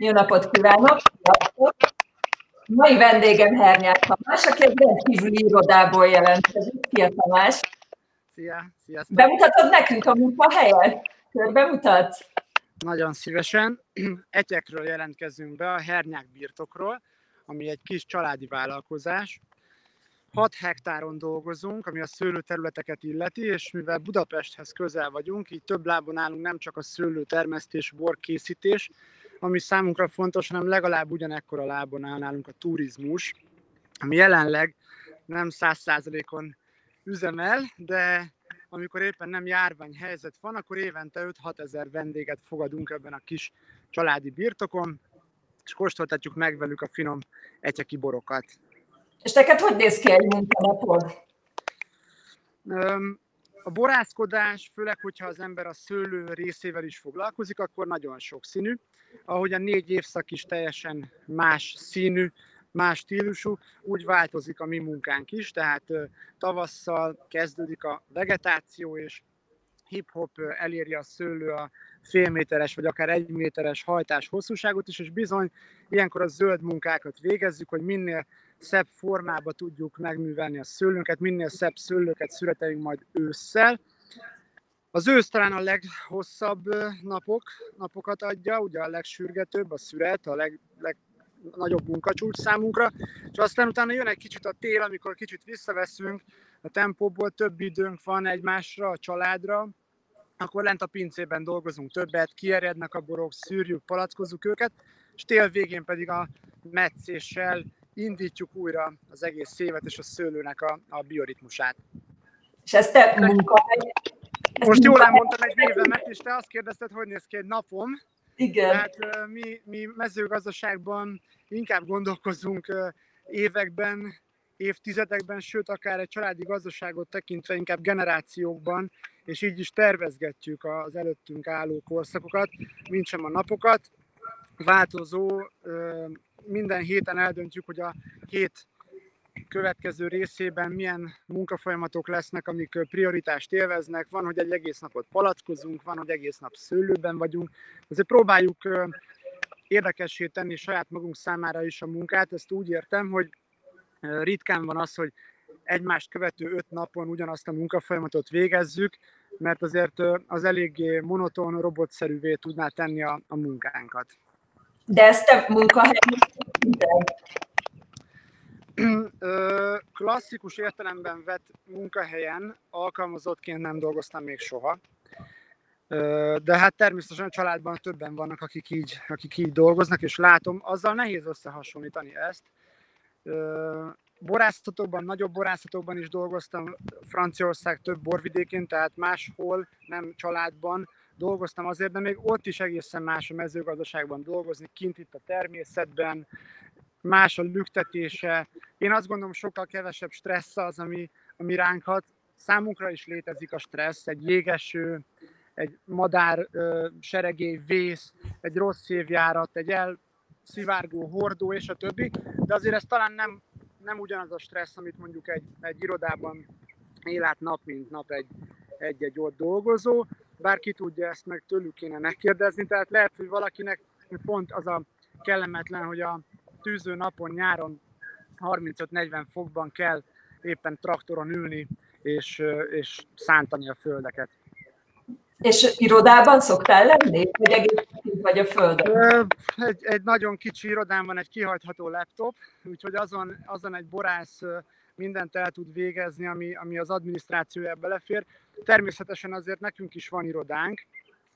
Jó napot kívánok! Sziasztok! Mai vendégem Hernyák Tamás, aki egy rendkívüli irodából jelentkezik. Szia Tamás! Szia! Sziasztok! Bemutatod nekünk a munkahelyet? Körbemutatsz? Nagyon szívesen. Etyekről jelentkezünk be, a Hernyák birtokról, ami egy kis családi vállalkozás. 6 hektáron dolgozunk, ami a szőlőterületeket illeti, és mivel Budapesthez közel vagyunk, így több lábon állunk, nem csak a szőlőtermesztés, borkészítés, ami számunkra fontos, hanem legalább ugyanekkora lábon áll nálunk a turizmus, ami jelenleg nem 100%-on üzemel, de amikor éppen nem járványhelyzet van, akkor évente 5-6 ezer vendéget fogadunk ebben a kis családi birtokon, és kóstoltatjuk meg velük a finom etyeki borokat. És neked hogy néz ki egy munkanapod? A borászkodás, főleg, hogyha az ember a szőlő részével is foglalkozik, akkor nagyon sokszínű. Ahogy a 4 évszak is teljesen más színű, más stílusú, úgy változik a mi munkánk is, tehát tavasszal kezdődik a vegetáció, és hip-hop eléri a szőlő a fél méteres vagy akár 1 méteres hajtás hosszúságot is, és bizony ilyenkor a zöld munkákat végezzük, hogy minél szebb formába tudjuk megművelni a szőlőnket, minél szebb szőlőket születelünk majd ősszel. Az ősz talán a leghosszabb napokat adja, ugye a legsürgetőbb, a szüret, a legnagyobb munkacsúcs számunkra, és aztán utána jön egy kicsit a tél, amikor kicsit visszaveszünk a tempóból, több időnk van egymásra, a családra, akkor lent a pincében dolgozunk többet, kierednek a borok, szűrjük, palackozzuk őket, és tél végén pedig a metszéssel indítjuk újra az egész évet és a szőlőnek a bioritmusát. És ez te munkahely? Most jól elmondtam egy évemet, és te azt kérdezted, hogy néz ki egy napom. Igen. Tehát mi mezőgazdaságban inkább gondolkozunk években, évtizedekben, sőt akár egy családi gazdaságot tekintve inkább generációkban, és így is tervezgetjük az előttünk álló korszakokat, mintsem a napokat. Változó, minden héten eldöntjük, hogy a hét következő részében milyen munkafolyamatok lesznek, amik prioritást élveznek. Van, hogy egy egész napot palackozunk, van, hogy egész nap szőlőben vagyunk. Ezért próbáljuk érdekessé tenni saját magunk számára is a munkát. Ezt úgy értem, hogy ritkán van az, hogy egymást követő 5 napon ugyanazt a munkafolyamatot végezzük, mert azért az eléggé monoton, robotszerűvé tudná tenni a munkánkat. De ezt te munkahelyen klasszikus értelemben vett munkahelyen alkalmazottként nem dolgoztam még soha. De hát természetesen a családban többen vannak, akik így dolgoznak, és látom, azzal nehéz összehasonlítani ezt. Borászatokban, nagyobb borászatokban is dolgoztam, Franciaország több borvidékén, tehát máshol, nem családban dolgoztam azért, de még ott is egészen más a mezőgazdaságban dolgozni, kint itt a természetben, más a lüktetése. Én azt gondolom, sokkal kevesebb stressz az, ami ránk hat. Számunkra is létezik a stressz, egy jégeső, egy madár seregély, vész, egy rossz évjárat, egy elszivárgó hordó és a többi, de azért ez talán nem ugyanaz a stressz, amit mondjuk egy irodában él át nap, mint nap egy ott dolgozó. Bárki tudja ezt, meg tőlük kéne megkérdezni, tehát lehet, hogy valakinek pont az a kellemetlen, hogy a tűző napon, nyáron 35-40 fokban kell éppen traktoron ülni és szántani a földeket. És irodában szoktál lenni? Vagy egész vagy a földön? Egy nagyon kicsi irodán van egy kihajtható laptop, úgyhogy azon egy borász mindent el tud végezni, ami az adminisztrációjába belefér. Természetesen azért nekünk is van irodánk,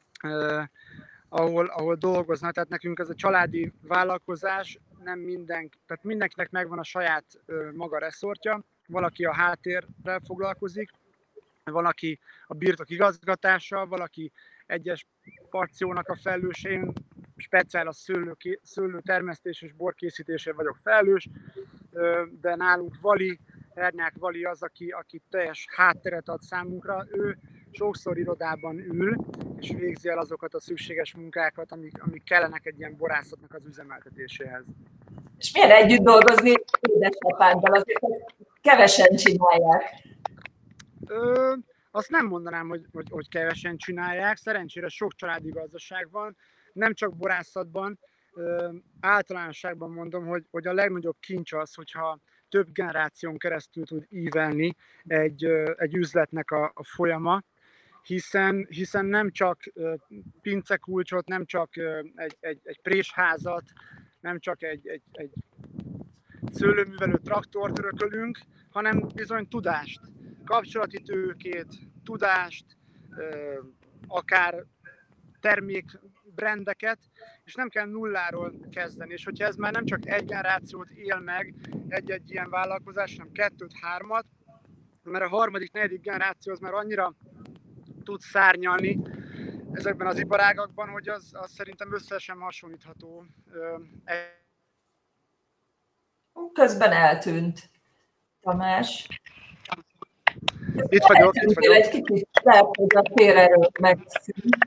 ahol dolgoznak, tehát nekünk ez a családi vállalkozás, tehát mindenkinek megvan a saját maga reszortja, valaki a háttérrel foglalkozik, valaki a birtok igazgatással, valaki egyes porciónak a felelős, én speciál a szőlő termesztés és borkészítésére vagyok felelős, de nálunk Hernyák Vali az, aki teljes hátteret ad számunkra, ő sokszor irodában ül, és végzi el azokat a szükséges munkákat, amik kellenek egy ilyen borászatnak az üzemeltetéséhez. És milyen együtt dolgozni édesapáddal? Azért kevesen csinálják. Azt nem mondanám, hogy kevesen csinálják, szerencsére sok családi gazdaság van, nem csak borászatban, általánosságban mondom, hogy a legnagyobb kincs az, hogyha több generáción keresztül tud ívelni egy üzletnek a folyama, hiszen nem csak pincekulcsot, nem csak egy présházat, nem csak egy szőlőművelő traktort örökölünk, hanem bizony tudást, kapcsolati tőkét, tudást, akár termék brandeket, és nem kell nulláról kezdeni. És hogyha ez már nem csak egy generációt él meg egy ilyen vállalkozás, hanem 2-3-at, mert a harmadik, negyedik generáció az már annyira tud szárnyalni ezekben az iparágakban, hogy az szerintem össze sem hasonlítható. Közben eltűnt Tamás. Itt vagyok. Egy kicsit lehet, hogy a térerő megszűnt.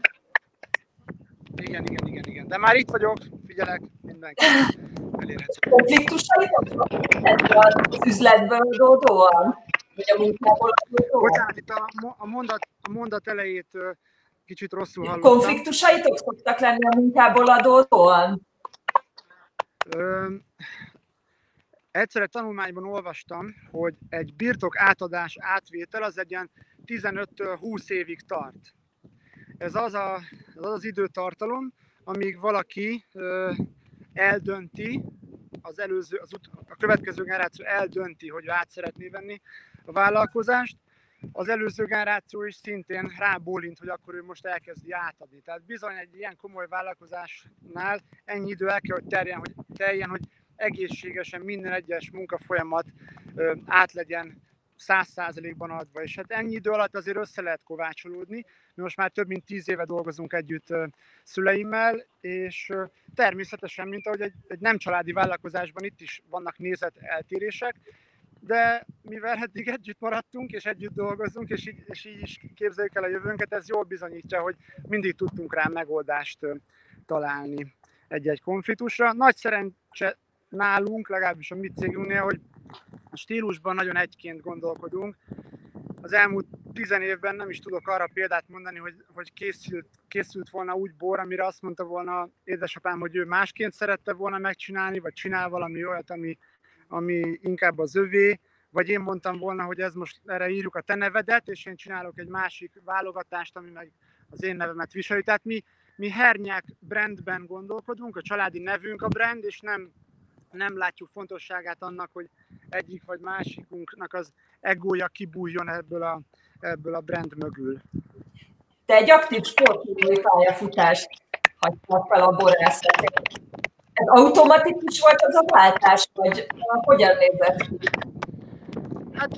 Igen. De már itt vagyok, figyelek, mindenki elérhető. Konfliktusaitok az üzletből adódóan? Vagy a munkából adódóan? Bocsánat, itt a mondat elejét kicsit rosszul hallottam. Konfliktusaitok szoktak lenni a munkából adódóan? Egyszer egy tanulmányban olvastam, hogy egy birtok átadás, átvétel az egy ilyen 15-től 20 évig tart. Ez az időtartalom, amíg valaki eldönti, a következő generáció eldönti, hogy át szeretné venni a vállalkozást, az előző generáció is szintén rábólint, hogy akkor ő most elkezdi átadni. Tehát bizony egy ilyen komoly vállalkozásnál ennyi idő el kell, hogy teljen, hogy egészségesen minden egyes munkafolyamat át legyen 100%-ban adva. És hát ennyi idő alatt azért össze lehet kovácsolódni. Mi most már több mint 10 éve dolgozunk együtt szüleimmel, és természetesen, mint ahogy egy nem családi vállalkozásban itt is vannak nézeteltérések, de mivel eddig együtt maradtunk, és együtt dolgozunk, és így is képzeljük el a jövőnket, ez jól bizonyítja, hogy mindig tudtunk rá megoldást találni egy-egy konfliktusra. Nagy szerencse nálunk, legalábbis a mi cégünknél, hogy a stílusban nagyon egyként gondolkodunk. Az elmúlt 10 évben nem is tudok arra példát mondani, hogy készült volna úgy bor, amire azt mondta volna édesapám, hogy ő másként szerette volna megcsinálni, vagy csinál valami olyat, ami inkább az övé, vagy én mondtam volna, hogy ez most erre írjuk a te nevedet, és én csinálok egy másik válogatást, ami meg az én nevemet viseli. Tehát mi Hernyák brandben gondolkodunk, a családi nevünk a brand, és nem látjuk fontosságát annak, hogy egyik vagy másikunknak az egója kibújjon ebből a brand mögül. Te egy aktív sportolói pályafutást hagytad fel a borászatért. Ez automatikus volt az a váltás, vagy hogyan nézett ki? Hát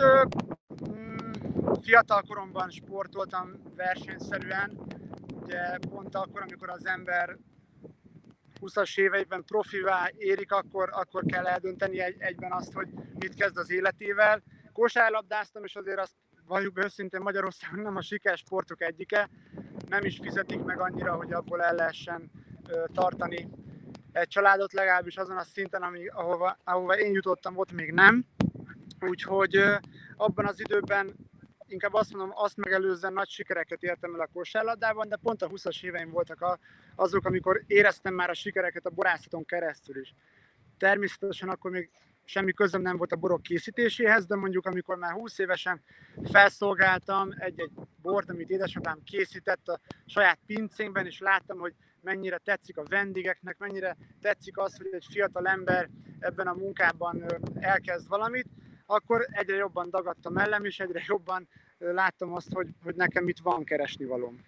fiatal koromban sportoltam versenyszerűen, ugye pont akkor, amikor az ember 20-as éveiben profivá érik, akkor kell eldönteni egyben azt, hogy mit kezd az életével. Kosárlabdáztam, és azért azt valljuk be őszintén, Magyarországon nem a sikersportok egyike, nem is fizetik meg annyira, hogy abból el lehessen tartani egy családot, legalábbis azon a szinten, ahova én jutottam, ott még nem. Úgyhogy abban az időben inkább azt mondom, azt megelőzően nagy sikereket értem el a kosárlabdában, de pont a 20-as éveim voltak azok, amikor éreztem már a sikereket a borászaton keresztül is. Természetesen akkor még semmi közöm nem volt a borok készítéséhez, de mondjuk amikor már 20 évesen felszolgáltam egy bort, amit édesapám készített a saját pincénkben, és láttam, hogy mennyire tetszik a vendégeknek, mennyire tetszik az, hogy egy fiatal ember ebben a munkában elkezd valamit, akkor egyre jobban dagadt a mellem, és egyre jobban láttam azt, hogy nekem itt van keresnivalóm.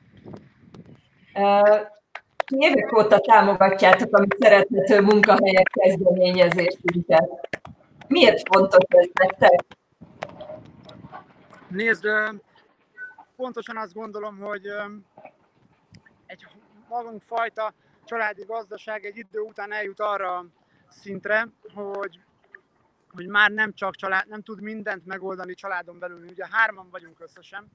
Évek óta támogatjátok a mi szerethető munkahelyek kezdeményezésünket. Miért fontos ez nektek? Nézd, pontosan azt gondolom, hogy egy magunk fajta családi gazdaság egy idő után eljut arra a szintre, hogy már nem tud mindent megoldani családon belül. Ugye 3-an vagyunk összesen,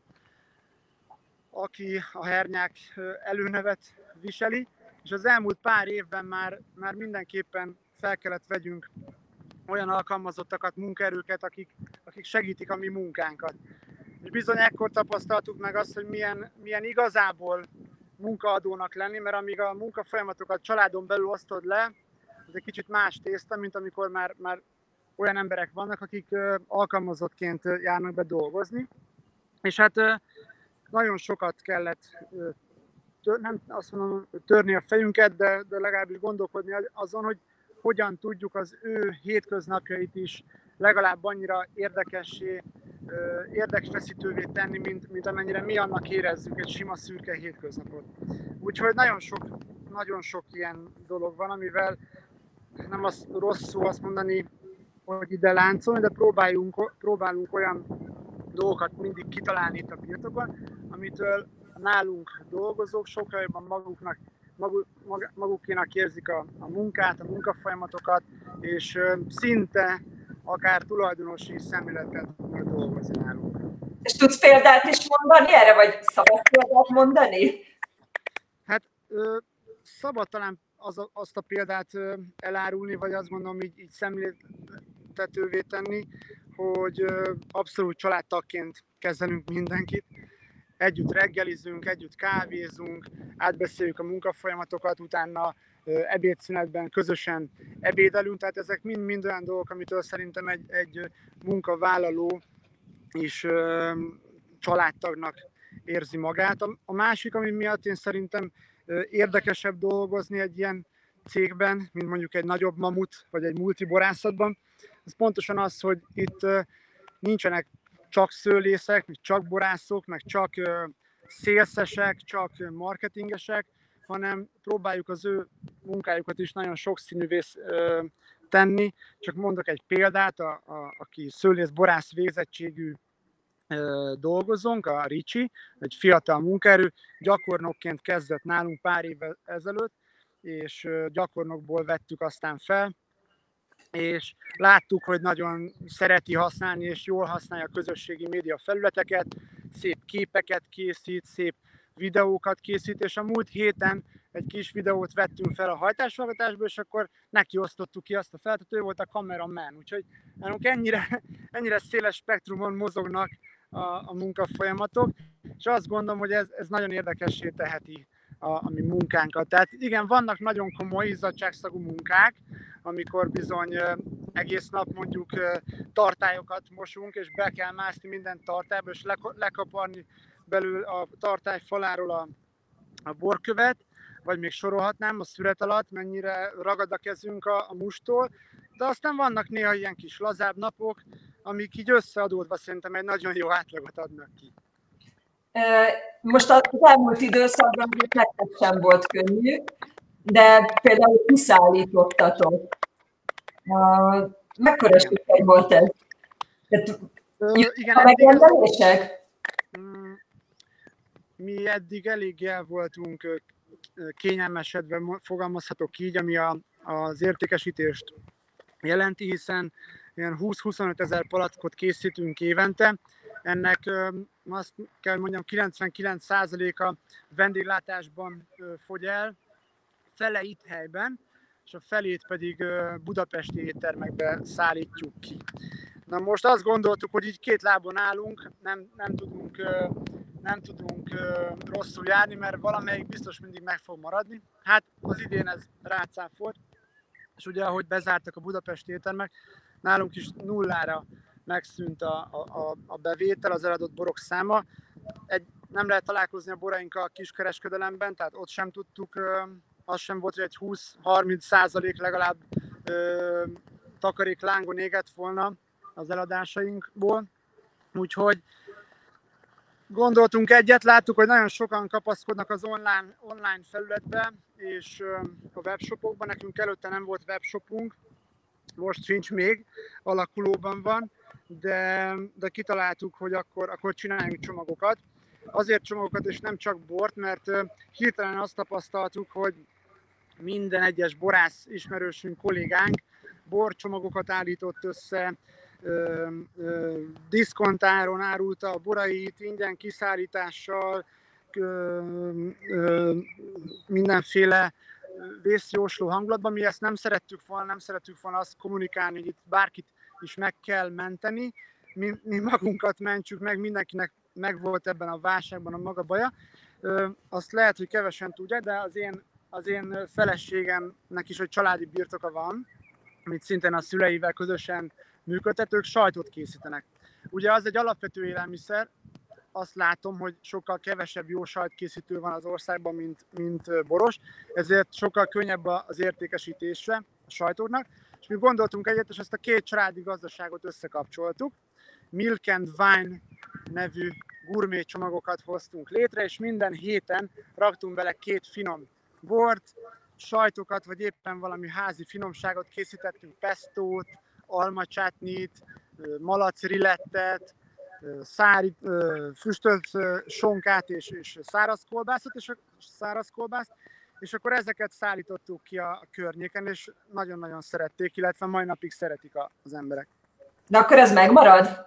aki a Hernyák előnevet viseli, és az elmúlt pár évben már mindenképpen fel kellett vegyünk olyan alkalmazottakat, munkaerőket, akik segítik a mi munkánkat. És bizony ekkor tapasztaltuk meg azt, hogy milyen igazából munkaadónak lenni, mert amíg a munkafolyamatokat családon belül osztod le, ez egy kicsit más tészta, mint amikor már olyan emberek vannak, akik alkalmazottként járnak be dolgozni. És hát nagyon sokat kellett nem azt mondom, törni a fejünket, de legalábbis gondolkodni azon, hogy hogyan tudjuk az ő hétköznapjait is legalább annyira érdekessé, érdekfeszítővé tenni, mint amennyire mi annak érezzük egy sima szürke hétköznapot. Úgyhogy nagyon sok ilyen dolog van, amivel nem az rossz szó azt mondani, hogy ide láncolni, de próbálunk olyan dolgokat mindig kitalálni itt a birtokon, amitől nálunk dolgozók sokkal jobban magukénak érzik a munkát, a munkafolyamatokat, és szinte akár tulajdonosi szemlélettel tudnak dolgozni nálunk. És tudsz példát is mondani erre, vagy szabad példát mondani? Hát szabad talán azt a példát elárulni, vagy azt gondolom így szemléltetővé tenni, hogy abszolút családtagként kezelünk mindenkit. Együtt reggelizünk, együtt kávézunk, átbeszéljük a munkafolyamatokat, utána ebédszünetben közösen ebédelünk, tehát ezek mind olyan dolgok, amitől szerintem egy munkavállaló is családtagnak érzi magát. A másik, ami miatt én szerintem érdekesebb dolgozni egy ilyen cégben, mint mondjuk egy nagyobb mamut, vagy egy multiborászatban, ez pontosan az, hogy itt nincsenek csak szőlészek, meg csak borászok, meg csak szélszesek, csak marketingesek, hanem próbáljuk az ő munkájukat is nagyon sokszínűvé tenni. Csak mondok egy példát, aki szőlész-borász végzettségű dolgozónk, a Ricsi, egy fiatal munkaerő, gyakornokként kezdett nálunk pár évvel ezelőtt, és gyakornokból vettük aztán fel, és láttuk, hogy nagyon szereti használni, és jól használja a közösségi média felületeket, szép képeket készít, szép videókat készít, és a múlt héten egy kis videót vettünk fel a hajtásforgatásból, és akkor neki osztottuk ki azt a feladatot, ő volt a cameraman, úgyhogy nálunk ennyire széles spektrumon mozognak a munkafolyamatok, és azt gondolom, hogy ez nagyon érdekessé teheti a mi munkánkat. Tehát igen, vannak nagyon komoly izzadságszagú munkák, amikor bizony egész nap mondjuk tartályokat mosunk, és be kell mászni minden tartályba, és lekaparni belül a tartály faláról a borkövet, vagy még sorolhatnám a szüret alatt, mennyire ragad a kezünk a mustól, de aztán vannak néha ilyen kis lazább napok, amik így összeadódva szerintem egy nagyon jó átlagot adnak ki. Most az elmúlt időszakban nektek sem volt könnyű, de például kiszállítottatok. Mekkora siker volt ez? Igen, a megrendelések? Mi eddig eléggé el voltunk kényelmesedve, fogalmazhatok így, ami az értékesítést jelenti, hiszen ilyen 20-25 ezer palackot készítünk évente. Ennek azt kell mondjam, 99%-a vendéglátásban fogy el, fele itt helyben, és a felét pedig budapesti éttermekbe szállítjuk ki. Na most azt gondoltuk, hogy így két lábon állunk, nem tudunk rosszul járni, mert valamelyik biztos mindig meg fog maradni. Hát az idén ez rácáfolt, és ugye ahogy bezártak a budapesti éttermek, nálunk is nullára megszűnt a bevétel, az eladott borok száma. Nem lehet találkozni a borainkkal a kiskereskedelemben, tehát ott sem tudtuk, az sem volt, hogy egy 20-30% legalább takaréklángon égett volna az eladásainkból. Úgyhogy gondoltunk egyet, láttuk, hogy nagyon sokan kapaszkodnak az online felületbe és a webshopokban. Nekünk előtte nem volt webshopunk, most sincs még, alakulóban van, de kitaláltuk, hogy akkor csináljunk csomagokat. Azért csomagokat és nem csak bort, mert hirtelen azt tapasztaltuk, hogy minden egyes borász ismerősünk, kollégánk borcsomagokat állított össze, diszkontáron árulta a borait, ingyen kiszállítással, mindenféle vészjósló hangulatban. Mi ezt nem szerettük volna azt kommunikálni, hogy itt bárkit is meg kell menteni, mi magunkat mentjük meg, mindenkinek meg volt ebben a válságban a maga baja, Azt lehet, hogy kevesen tudja, de az én feleségemnek is, hogy családi birtoka van, amit szintén a szüleivel közösen működtetők, sajtot készítenek. Ugye az egy alapvető élelmiszer, azt látom, hogy sokkal kevesebb jó sajtkészítő van az országban, mint boros, ezért sokkal könnyebb az értékesítésre a sajtóknak, és mi gondoltunk egyet, és ezt a két családi gazdaságot összekapcsoltuk. Milk and Wine nevű gurmé csomagokat hoztunk létre, és minden héten raktunk bele 2 finom bort, sajtokat, vagy éppen valami házi finomságot készítettünk, pestót, almacsátnit, malacrillettet, füstölt sonkát és száraz kolbászt, és akkor ezeket szállítottuk ki a környéken, és nagyon-nagyon szerették, illetve mai napig szeretik az emberek. De akkor ez megmarad?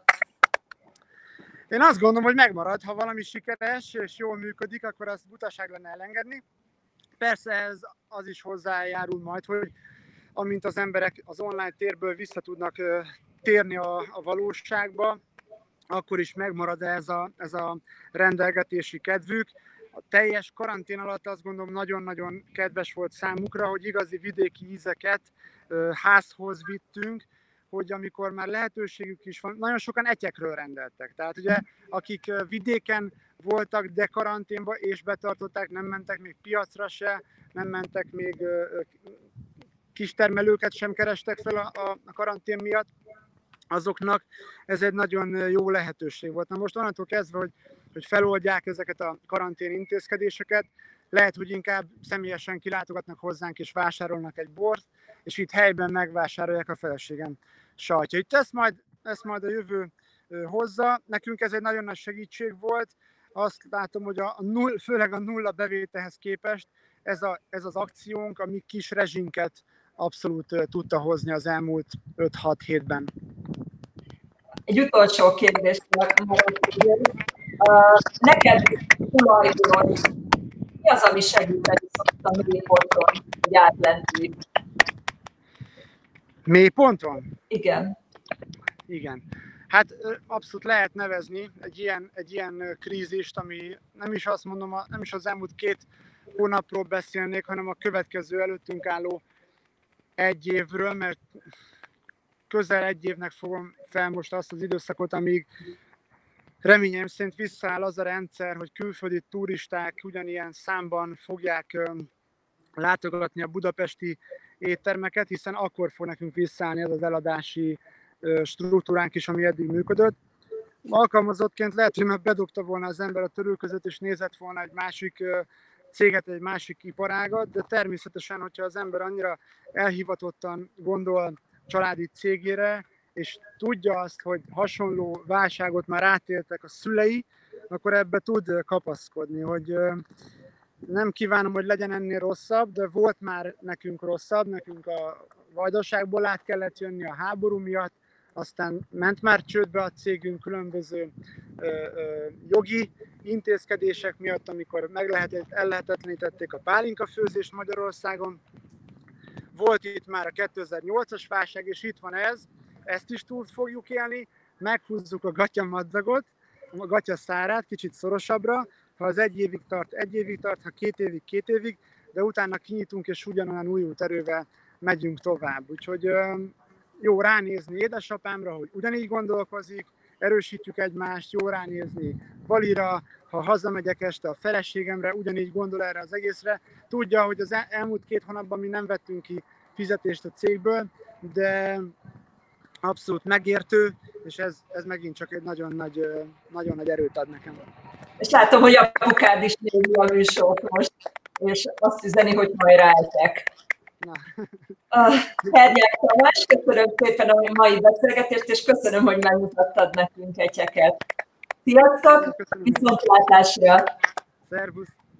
Én azt gondolom, hogy megmarad, ha valami sikeres és jól működik, akkor azt butaság lenne elengedni. Persze ez az is hozzájárul majd, hogy amint az emberek az online térből vissza tudnak térni a valóságba, akkor is megmarad ez a rendelgetési kedvük. A teljes karantén alatt azt gondolom nagyon-nagyon kedves volt számukra, hogy igazi vidéki ízeket házhoz vittünk, hogy amikor már lehetőségük is van, nagyon sokan etyekről rendeltek. Tehát ugye, akik vidéken voltak, de karanténba és betartották, nem mentek még piacra se, nem mentek még kistermelőket sem kerestek fel a karantén miatt, azoknak ez egy nagyon jó lehetőség volt. Na most onnantól kezdve, hogy feloldják ezeket a karantén intézkedéseket, lehet, hogy inkább személyesen kilátogatnak hozzánk és vásárolnak egy bort, és itt helyben megvásárolják a feleségem sajtjait. Ezt majd a jövő hozza. Nekünk ez egy nagyon nagy segítség volt. Azt látom, hogy főleg a nulla bevételhez képest ez az akciónk, a mi kis rezsinket abszolút tudta hozni az elmúlt 5-6 hétben. Egy utolsó kérdés. Neked tulajdon, mi az, ami segíteni szokott a mélyponton, hogy átlendülj? Mélyponton? Igen. Igen. Hát abszolút lehet nevezni egy ilyen krízist, ami nem is azt mondom, nem is az elmúlt 2 hónapról beszélnék, hanem a következő előttünk álló 1 évről, mert közel 1 évnek fogom fel most azt az időszakot, amíg reményeim szerint visszaáll az a rendszer, hogy külföldi turisták ugyanilyen számban fogják látogatni a budapesti éttermeket, hiszen akkor fog nekünk visszaállni ez az eladási struktúránk is, ami eddig működött. Alkalmazottként lehet, hogy már bedugta volna az ember a törülközőt, és nézett volna egy másik céget, egy másik iparágat, de természetesen, hogyha az ember annyira elhivatottan gondol családi cégére, és tudja azt, hogy hasonló válságot már átéltek a szülei, akkor ebbe tud kapaszkodni, hogy nem kívánom, hogy legyen ennél rosszabb, de volt már nekünk rosszabb, nekünk a vajdaságból át kellett jönni a háború miatt, aztán ment már csődbe a cégünk különböző jogi intézkedések miatt, amikor ellehetetlenítették a pálinkafőzést Magyarországon. Volt itt már a 2008-as válság, és itt van ezt is túl fogjuk élni, meghúzzuk a gatyamadzagot, a gatyaszárát kicsit szorosabbra, ha az 1 évig tart, ha 2 évig, 2 évig, de utána kinyitunk, és ugyanolyan újult erővel megyünk tovább. Úgyhogy jó ránézni édesapámra, hogy ugyanígy gondolkozik, erősítjük egymást, jó ránézni Valira, ha hazamegyek este a feleségemre, ugyanígy gondol erre az egészre. Tudja, hogy az elmúlt 2 hónapban mi nem vettünk ki fizetést a cégből, de abszolút megértő, és ez megint csak egy nagyon nagy erőt ad nekem. És látom, hogy apukád is nézi a műsort most, és azt üzeni, hogy majd rájtek. Hernyák Tamás, köszönöm szépen a mai beszélgetést, és köszönöm, hogy megmutattad nekünk egyeket. Sziasztok, viszontlátásra! Szervusz!